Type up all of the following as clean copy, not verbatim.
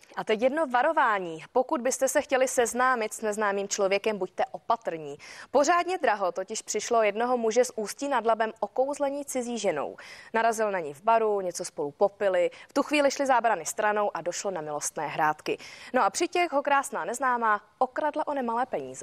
A teď jedno varování. Pokud byste se chtěli seznámit s neznámým člověkem, buďte opatrní. Pořádně draho totiž přišlo jednoho muže z Ústí nad Labem okouzlení cizí ženou. Narazil na ní v baru, něco spolu popili, v tu chvíli šly zábrany stranou a došlo na milostné hrátky. No a při těch ho krásná neznámá okradla o nemalé peníze.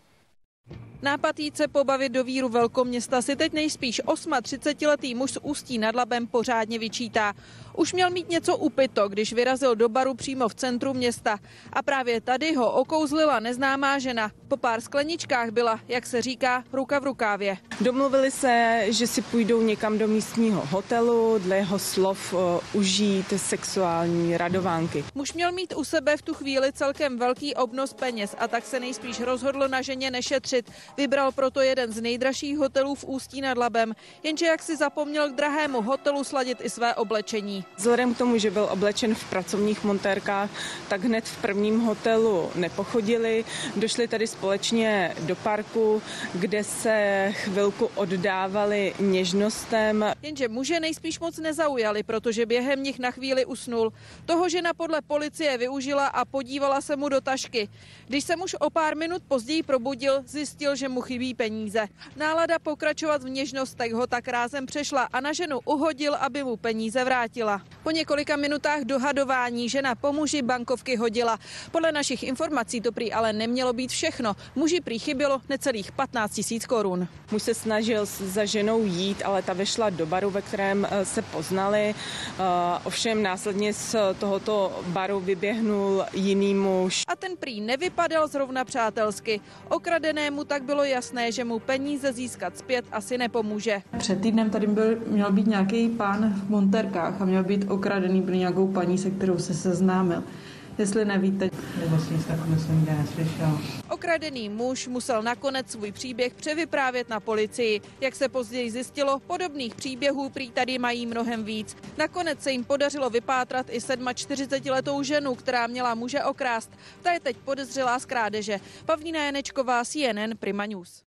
Nápad jít se pobavit do víru velkoměsta si teď nejspíš 38letý muž z Ústí nad Labem pořádně vyčítá. Už měl mít něco upito, když vyrazil do baru přímo v centru města. A právě tady ho okouzlila neznámá žena. Po pár skleničkách byla, jak se říká, ruka v rukávě. Domluvili se, že si půjdou někam do místního hotelu, dle jeho slov užít sexuální radovánky. Muž měl mít u sebe v tu chvíli celkem velký obnos peněz a tak se nejspíš rozhodl na ženě nešetřit. Vybral proto jeden z nejdražších hotelů v Ústí nad Labem, jenže jak si zapomněl k drahému hotelu sladit i své oblečení. Vzhledem k tomu, že byl oblečen v pracovních montérkách, tak hned v prvním hotelu nepochodili. Došli tady společně do parku, kde se chvilku oddávali něžnostem. Jenže muže nejspíš moc nezaujali, protože během nich na chvíli usnul. Toho žena podle policie využila a podívala se mu do tašky. Když se muž o pár minut později probudil, zjistil, že mu chybí peníze. Nálada pokračovat v něžnostech ho tak rázem přešla a na ženu uhodil, aby mu peníze vrátila. Po několika minutách dohadování žena po muži bankovky hodila. Podle našich informací to prý ale nemělo být všechno. Muži prý chybělo necelých 15 000 korun. Muž se snažil za ženou jít, ale ta vešla do baru, ve kterém se poznali. Ovšem následně z tohoto baru vyběhnul jiný muž. A ten prý nevypadal zrovna přátelsky. Okradenému tak bylo jasné, že mu peníze získat zpět asi nepomůže. Před týdnem tady měl být nějaký pán v montérkách a měl být okradený pro nějakou paní, se kterou se seznámil. Jestli nevíte. Nebo si nic takového jsem nikdy neslyšel. Okradený muž musel nakonec svůj příběh převyprávět na policii. Jak se později zjistilo, podobných příběhů prý tady mají mnohem víc. Nakonec se jim podařilo vypátrat i 47letou ženu, která měla muže okrást. Ta je teď podezřelá z krádeže. Pavlína Janečková, CNN Prima News.